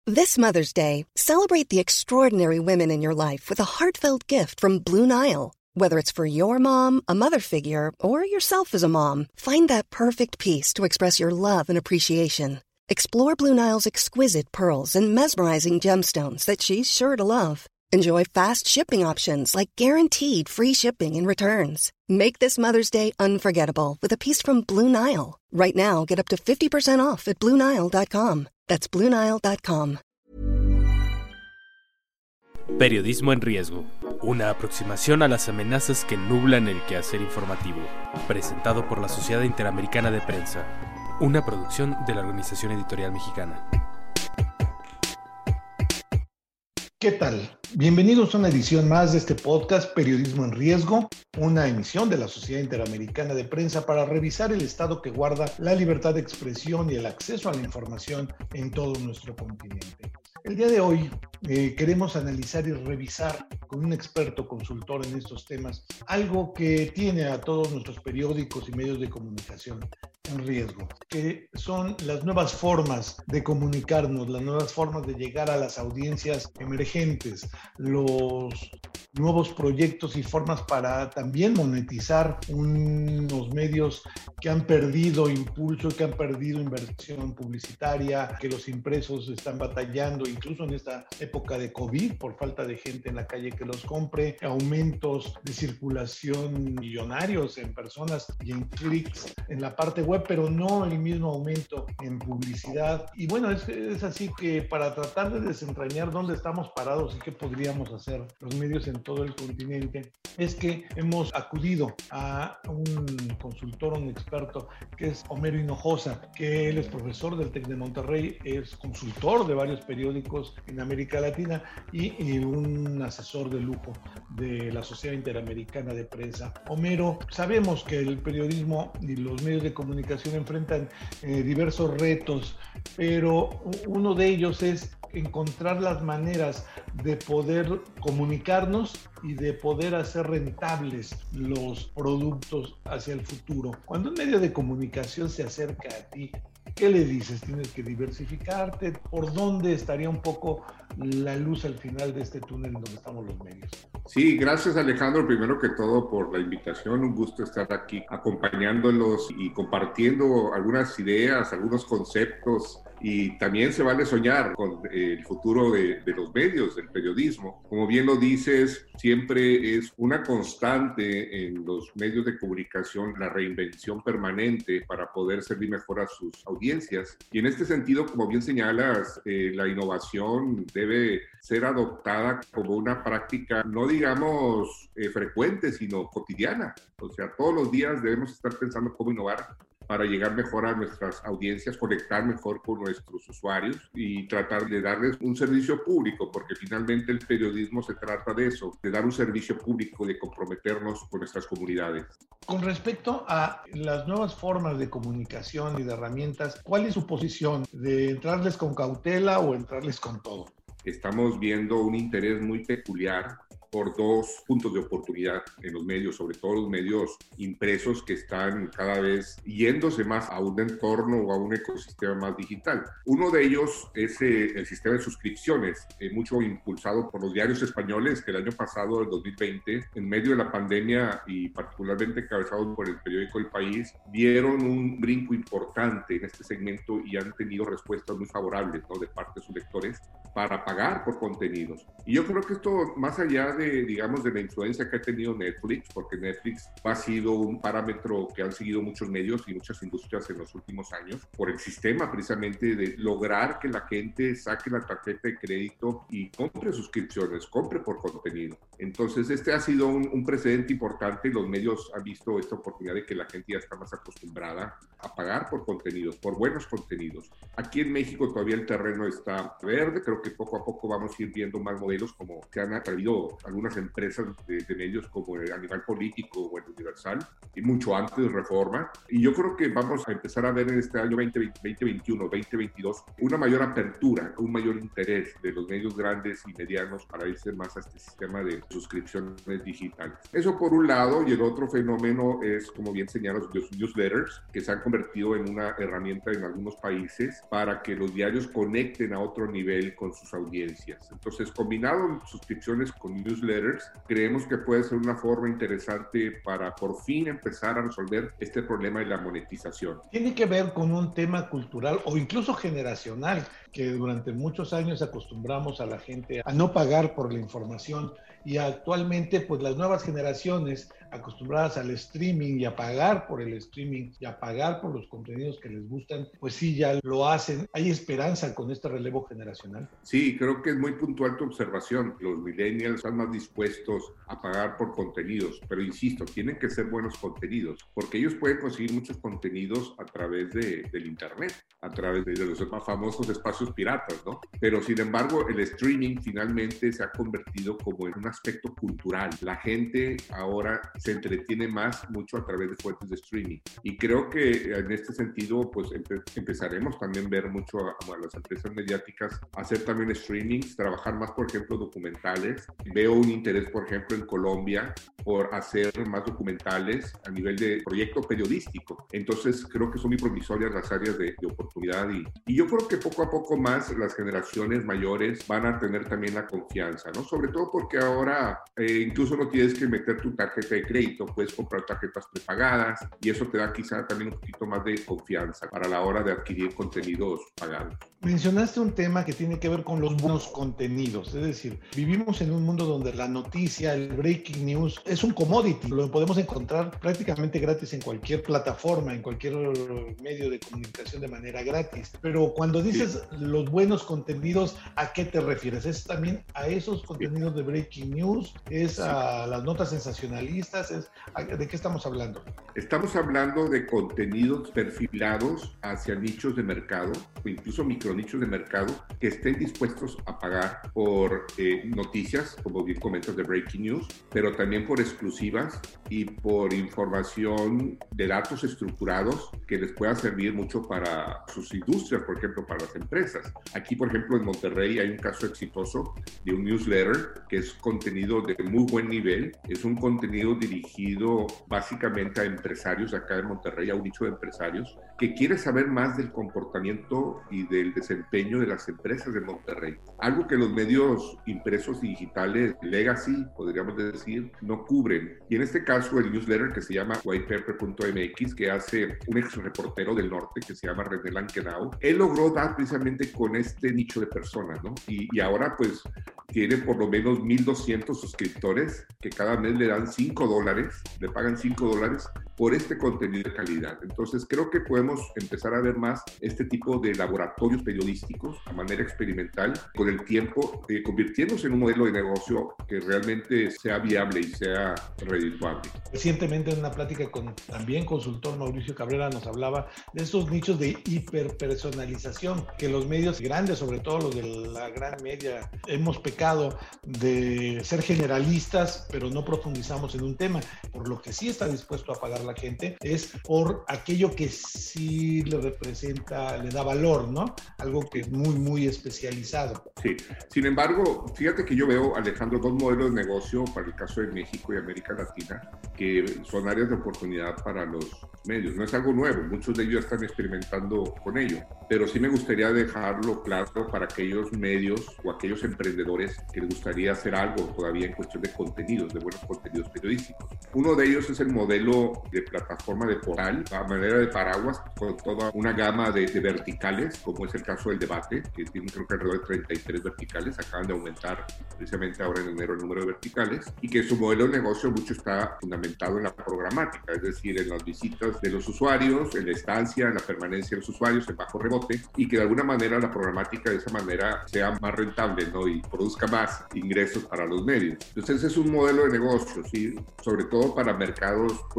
This Mother's Day, celebrate the extraordinary women in your life with a heartfelt gift from Blue Nile. Whether it's for your mom, a mother figure, or yourself as a mom, find that perfect piece to express your love and appreciation. Explore Blue Nile's exquisite pearls and mesmerizing gemstones that she's sure to love. Enjoy fast shipping options like guaranteed free shipping and returns. Make this Mother's Day unforgettable with a piece from Blue Nile. Right now, get up to 50% off at BlueNile.com. That's BlueNile.com. Periodismo en riesgo. Una aproximación a las amenazas que nublan el quehacer informativo. Presentado por la Sociedad Interamericana de Prensa. Una producción de la Organización Editorial Mexicana. ¿Qué tal? Bienvenidos a una edición más de este podcast Periodismo en Riesgo, una emisión de la Sociedad Interamericana de Prensa para revisar el estado que guarda la libertad de expresión y el acceso a la información en todo nuestro continente. El día de hoy queremos analizar y revisar con un experto consultor en estos temas algo que tiene a todos nuestros periódicos y medios de comunicación en riesgo, que son las nuevas formas de comunicarnos, las nuevas formas de llegar a las audiencias emergentes, los nuevos proyectos y formas para también monetizar unos medios que han perdido impulso, que han perdido inversión publicitaria, que los impresos están batallando, incluso en esta época de COVID, por falta de gente en la calle que los compre, aumentos de circulación millonarios en personas y en clics en la parte web, pero no el mismo aumento en publicidad. Y bueno, es así que para tratar de desentrañar dónde estamos parados y qué podríamos hacer los medios en todo el continente, es que hemos acudido a un consultor, un experto, que es Homero Hinojosa, que él es profesor del TEC de Monterrey, es consultor de varios periódicos en América Latina y un asesor de lujo de la Sociedad Interamericana de Prensa. Homero, sabemos que el periodismo y los medios de comunicación enfrentan diversos retos, pero uno de ellos es encontrar las maneras de poder comunicarnos y de poder hacer rentables los productos hacia el futuro. Cuando un medio de comunicación se acerca a ti, ¿qué le dices? ¿Tienes que diversificarte? ¿Por dónde estaría un poco la luz al final de este túnel donde estamos los medios? Sí, gracias Alejandro, primero que todo por la invitación, un gusto estar aquí acompañándolos y compartiendo algunas ideas, algunos conceptos, y también se vale soñar con el futuro de los medios, del periodismo. Como bien lo dices, siempre es una constante en los medios de comunicación la reinvención permanente para poder servir mejor a sus audiencias. Y en este sentido, como bien señalas, la innovación debe ser adoptada como una práctica, no digamos frecuente, sino cotidiana. O sea, todos los días debemos estar pensando cómo innovar para llegar mejor a nuestras audiencias, conectar mejor con nuestros usuarios y tratar de darles un servicio público, porque finalmente el periodismo se trata de eso, de dar un servicio público, de comprometernos con nuestras comunidades. Con respecto a las nuevas formas de comunicación y de herramientas, ¿cuál es su posición? ¿De entrarles con cautela o entrarles con todo? Estamos viendo un interés muy peculiar por dos puntos de oportunidad en los medios, sobre todo los medios impresos que están cada vez yéndose más a un entorno o a un ecosistema más digital. Uno de ellos es el sistema de suscripciones, mucho impulsado por los diarios españoles que el año pasado, el 2020, en medio de la pandemia y particularmente encabezados por el periódico El País, dieron un brinco importante en este segmento y han tenido respuestas muy favorables, ¿no?, de parte de sus lectores para pagar por contenidos. Y yo creo que esto, más allá de, digamos, de la influencia que ha tenido Netflix, porque Netflix ha sido un parámetro que han seguido muchos medios y muchas industrias en los últimos años, por el sistema precisamente de lograr que la gente saque la tarjeta de crédito y compre suscripciones, compre por contenido. Entonces, este ha sido un precedente importante. Los medios han visto esta oportunidad de que la gente ya está más acostumbrada a pagar por contenidos, por buenos contenidos. Aquí en México todavía el terreno está verde, creo que que poco a poco vamos a ir viendo más modelos, como se han atrevido algunas empresas de medios como Animal Político o el Universal, y mucho antes de Reforma. Y yo creo que vamos a empezar a ver en este año 2021, 2022, una mayor apertura, un mayor interés de los medios grandes y medianos para irse más a este sistema de suscripciones digitales. Eso por un lado, y el otro fenómeno es, como bien señalas, los newsletters, que se han convertido en una herramienta en algunos países para que los diarios conecten a otro nivel con sus audiencias. Entonces, combinado suscripciones con newsletters, creemos que puede ser una forma interesante para por fin empezar a resolver este problema de la monetización. Tiene que ver con un tema cultural o incluso generacional, que durante muchos años acostumbramos a la gente a no pagar por la información, y actualmente pues las nuevas generaciones acostumbradas al streaming y a pagar por el streaming y a pagar por los contenidos que les gustan, pues sí, ya lo hacen. ¿Hay esperanza con este relevo generacional? Sí, creo que es muy puntual tu observación. Los millennials están más dispuestos a pagar por contenidos, pero insisto, tienen que ser buenos contenidos, porque ellos pueden conseguir muchos contenidos a través del internet, a través de los más famosos espacios piratas, ¿no? Pero sin embargo, el streaming finalmente se ha convertido como en un aspecto cultural. La gente ahora se entretiene mucho a través de fuentes de streaming. Y creo que en este sentido, pues empezaremos también a ver mucho a las empresas mediáticas hacer también streamings, trabajar más, por ejemplo, documentales. Veo un interés, por ejemplo, en Colombia por hacer más documentales a nivel de proyecto periodístico. Entonces, creo que son muy promisorias las áreas de oportunidad y yo creo que poco a poco más las generaciones mayores van a tener también la confianza, ¿no? Sobre todo porque ahora incluso no tienes que meter tu tarjeta de crédito, puedes comprar tarjetas prepagadas y eso te da quizá también un poquito más de confianza para la hora de adquirir contenidos pagados. Mencionaste un tema que tiene que ver con los buenos contenidos, es decir, vivimos en un mundo donde la noticia, el breaking news es un commodity, lo podemos encontrar prácticamente gratis en cualquier plataforma, en cualquier medio de comunicación de manera gratis, pero cuando dices los buenos contenidos, ¿a qué te refieres? ¿Es también a esos contenidos de breaking news? ¿Es a las notas sensacionalistas? ¿De qué estamos hablando? Estamos hablando de contenidos perfilados hacia nichos de mercado o incluso micronichos de mercado que estén dispuestos a pagar por noticias, como bien comentas, de breaking news, pero también por exclusivas y por información de datos estructurados que les pueda servir mucho para sus industrias, por ejemplo, para las empresas. Aquí, por ejemplo, en Monterrey hay un caso exitoso de un newsletter que es contenido de muy buen nivel. Es un contenido dirigido básicamente a empresarios acá en Monterrey, a un nicho de empresarios que quiere saber más del comportamiento y del desempeño de las empresas de Monterrey. Algo que los medios impresos y digitales legacy, podríamos decir, no cubren. Y en este caso, el newsletter que se llama whitepaper.mx, que hace un ex reportero del norte que se llama René Lankenau, él logró dar precisamente con este nicho de personas, ¿no? Y ahora, pues, tiene por lo menos 1,200 suscriptores que cada mes le dan $5, le pagan $5 por este contenido de calidad. Entonces, creo que podemos empezar a ver más este tipo de laboratorios periodísticos a manera experimental, con el tiempo convirtiéndose en un modelo de negocio que realmente sea viable y sea redituable. Recientemente en una plática con también consultor Mauricio Cabrera nos hablaba de esos nichos de hiperpersonalización que los medios grandes, sobre todo los de la gran media, hemos pecado de ser generalistas, pero no profundizamos en un tema. Por lo que sí está dispuesto a pagar la gente es por aquello que sí le representa, le da valor, ¿no? Algo que es muy, muy especializado. Sí. Sin embargo, fíjate que yo veo, Alejandro, dos modelos de negocio para el caso de México y América Latina, que son áreas de oportunidad para los medios. No es algo nuevo, muchos de ellos están experimentando con ello, pero sí me gustaría dejarlo claro para aquellos medios o aquellos emprendedores que les gustaría hacer algo todavía en cuestión de contenidos, de buenos contenidos periodísticos. Uno de ellos es el modelo de plataforma de portal, a manera de paraguas, con toda una gama de verticales, como es el caso del debate, que tiene creo que alrededor de 33 verticales, acaban de aumentar precisamente ahora en enero el número de verticales, y que su modelo de negocio mucho está fundamentado en la programática, es decir, en las visitas de los usuarios, en la estancia, en la permanencia de los usuarios, en bajo rebote, y que de alguna manera la programática de esa manera sea más rentable, ¿no? Y produzca más ingresos para los medios. Entonces ese es un modelo de negocio, ¿sí? Sobre todo para mercados pues, de tipo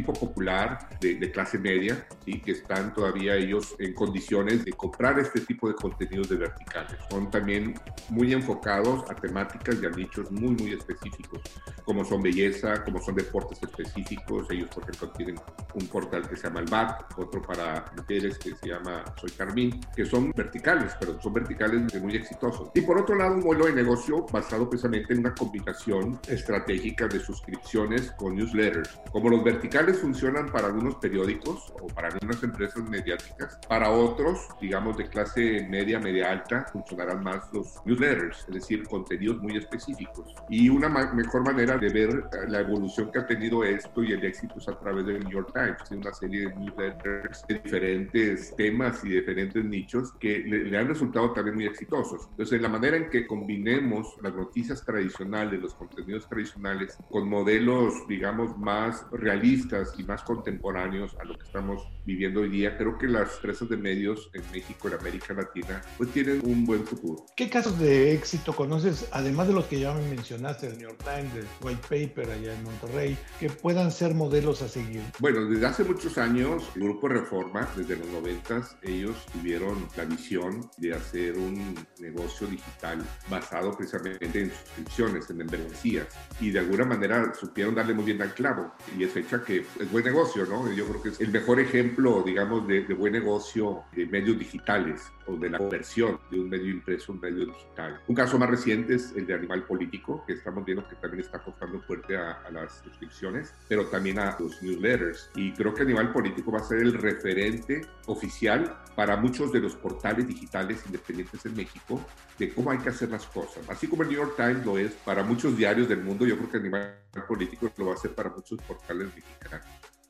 público popular de clase media, ¿sí? Que están todavía ellos en condiciones de comprar este tipo de contenidos de verticales. Son también muy enfocados a temáticas y a nichos muy, muy específicos, como son belleza, como son deportes específicos. Ellos, por ejemplo, tienen un portal que se llama El BAT, otro para mujeres que se llama Soy Carmín, que son verticales, pero son verticales muy exitosos. Y por otro lado, un modelo de negocio basado precisamente en una combinación estratégica de suscripciones con newsletters. Como los verticales funcionan para algunos periódicos o para algunas empresas mediáticas, para otros, digamos de clase media, media alta, funcionarán más los newsletters, es decir, contenidos muy específicos. Y una mejor manera de ver la evolución que ha tenido esto y el éxito es a través del New York Times, una serie de newsletters de diferentes temas y diferentes nichos que le han resultado también muy exitosos. Entonces, la manera en que combinemos las noticias tradicionales, los contenidos tradicionales, con modelos, digamos, más realistas y más contemporáneos a lo que estamos viviendo hoy día, creo que las empresas de medios en México, en América Latina, pues tienen un buen futuro. ¿Qué casos de éxito conoces, además de los que ya me mencionaste, el New York Times, el White Paper allá en Monterrey, que puedan ser modelos a seguir? Bueno, desde hace muchos años, el Grupo Reforma, desde los 90s, ellos tuvieron la visión de hacer un negocio digital basado precisamente en suscripciones, en membresías, y de alguna manera supieron darle muy bien al clavo, y es fecha que es buen negocio, ¿no? Yo creo que es el mejor ejemplo, digamos, de buen negocio de medios digitales, o de la conversión de un medio impreso a un medio digital. Un caso más reciente es el de Animal Político, que estamos viendo que también está apostando fuerte a las suscripciones, pero también a los newsletters, y creo que Animal Político va a ser el referente oficial para muchos de los portales digitales independientes en México de cómo hay que hacer las cosas. Así como el New York Times lo es para muchos diarios del mundo, yo creo que Animal Político lo va a hacer para muchos portales mexicanos.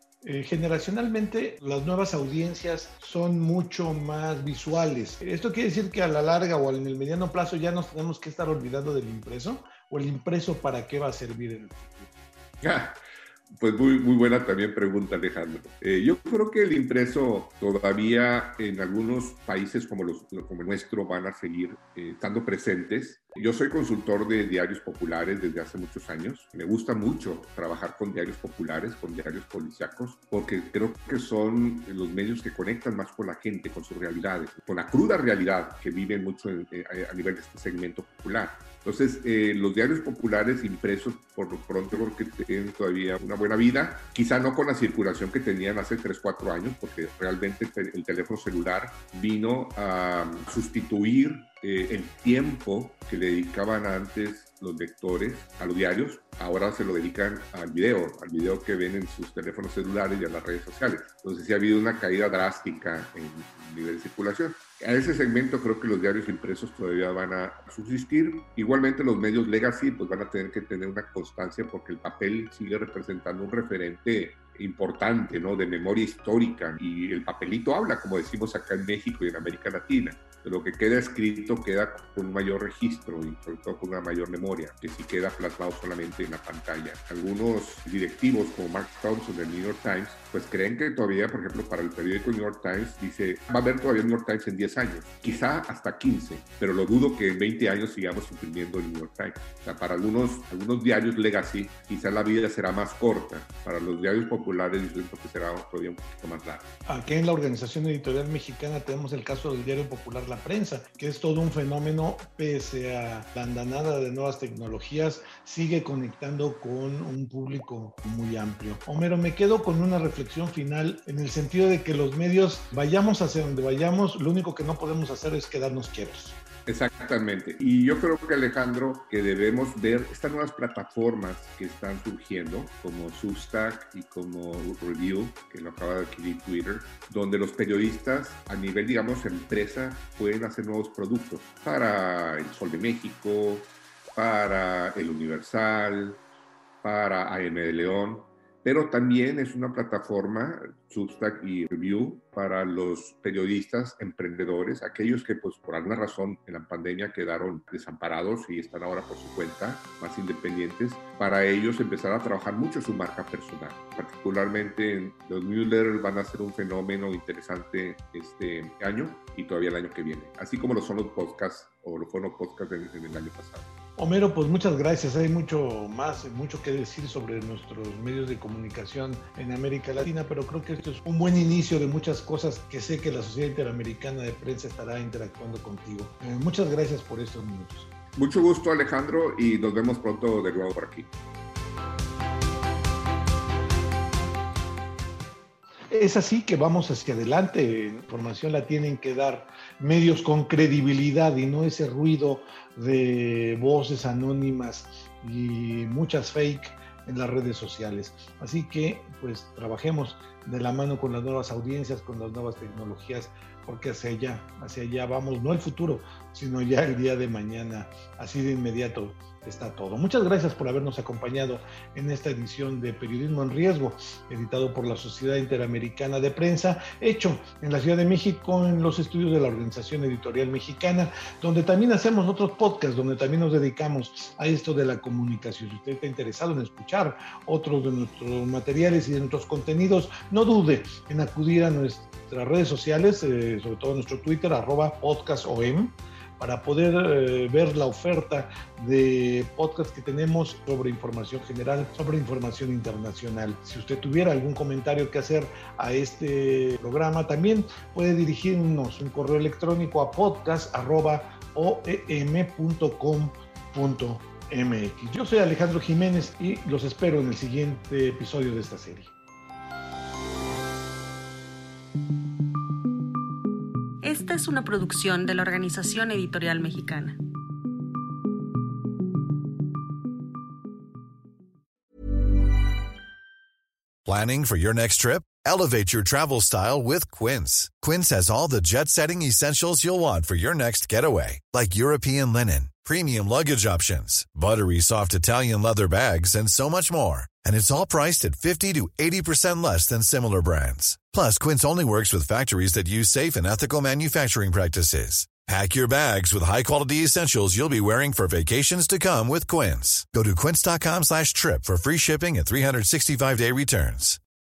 Generacionalmente las nuevas audiencias son mucho más visuales. ¿Esto quiere decir que a la larga o en el mediano plazo ya nos tenemos que estar olvidando del impreso? ¿O el impreso para qué va a servir en el futuro? Pues muy buena también pregunta, Alejandro. Yo creo que el impreso todavía en algunos países como el nuestro van a seguir estando presentes. Yo soy consultor de diarios populares desde hace muchos años. Me gusta mucho trabajar con diarios populares, con diarios policíacos, porque creo que son los medios que conectan más con la gente, con sus realidades, con la cruda realidad que viven mucho a nivel de este segmento popular. Entonces, los diarios populares impresos, por lo pronto, creo que tienen todavía una buena vida. Quizá no con la circulación que tenían hace 3, 4 años, porque realmente el teléfono celular vino a sustituir el tiempo que le dedicaban antes los lectores a los diarios. Ahora se lo dedican al video que ven en sus teléfonos celulares y a las redes sociales. Entonces sí ha habido una caída drástica en el nivel de circulación. A ese segmento creo que los diarios impresos todavía van a subsistir. Igualmente los medios legacy pues van a tener que tener una constancia porque el papel sigue representando un referente importante, ¿no? De memoria histórica, y el papelito habla, como decimos acá en México y en América Latina. De lo que queda escrito queda con un mayor registro y sobre todo con una mayor memoria, que si queda plasmado solamente en la pantalla. Algunos directivos como Mark Thompson del New York Times pues creen que todavía, por ejemplo, para el periódico New York Times dice, va a haber todavía New York Times en 10 años, quizá hasta 15, pero lo dudo que en 20 años sigamos imprimiendo el New York Times. O sea, para algunos diarios legacy quizá la vida será más corta, para los diarios populares yo siento que será todavía un poquito más larga. Aquí en la Organización Editorial Mexicana tenemos el caso del diario popular La Prensa, que es todo un fenómeno, pese a la andanada de nuevas tecnologías, sigue conectando con un público muy amplio. Homero, me quedo con una reflexión final en el sentido de que los medios, vayamos hacia donde vayamos, lo único que no podemos hacer es quedarnos quietos. Exactamente. Y yo creo que, Alejandro, que debemos ver estas nuevas plataformas que están surgiendo, como Substack y como Review, que lo acaba de adquirir Twitter, donde los periodistas a nivel, digamos, empresa, pueden hacer nuevos productos para El Sol de México, para El Universal, para AM de León, pero también es una plataforma, Substack y Review, para los periodistas emprendedores, aquellos que pues por alguna razón en la pandemia quedaron desamparados y están ahora por su cuenta, más independientes, para ellos empezar a trabajar mucho su marca personal. Particularmente los newsletters van a ser un fenómeno interesante este año y todavía el año que viene, así como lo son los podcasts o lo fueron los podcasts en el año pasado. Homero, pues muchas gracias. Hay mucho que decir sobre nuestros medios de comunicación en América Latina, pero creo que esto es un buen inicio de muchas cosas que sé que la Sociedad Interamericana de Prensa estará interactuando contigo. Muchas gracias por estos minutos. Mucho gusto, Alejandro, y nos vemos pronto de nuevo por aquí. Es así que vamos hacia adelante. Información la tienen que dar medios con credibilidad y no ese ruido de voces anónimas y muchas fake en las redes sociales. Así que pues trabajemos de la mano con las nuevas audiencias, con las nuevas tecnologías, porque hacia allá vamos, no el futuro, sino ya el día de mañana, así de inmediato está todo. Muchas gracias por habernos acompañado en esta edición de Periodismo en Riesgo, editado por la Sociedad Interamericana de Prensa, hecho en la Ciudad de México, en los estudios de la Organización Editorial Mexicana, donde también hacemos otros podcasts, donde también nos dedicamos a esto de la comunicación. Si usted está interesado en escuchar otros de nuestros materiales y de nuestros contenidos, no dude en acudir a nuestras redes sociales, sobre todo nuestro Twitter, @podcastom, para poder ver la oferta de podcast que tenemos sobre información general, sobre información internacional. Si usted tuviera algún comentario que hacer a este programa, también puede dirigirnos un correo electrónico a podcast@oem.com.mx. Yo soy Alejandro Jiménez y los espero en el siguiente episodio de esta serie. Esta es una producción de la Organización Editorial Mexicana. Planning for your next trip? Elevate your travel style with Quince. Quince has all the jet-setting essentials you'll want for your next getaway, like European linen, premium luggage options, buttery soft Italian leather bags, and so much more. And it's all priced at 50 to 80% less than similar brands. Plus, Quince only works with factories that use safe and ethical manufacturing practices. Pack your bags with high-quality essentials you'll be wearing for vacations to come with Quince. Go to quince.com/trip for free shipping and 365-day returns.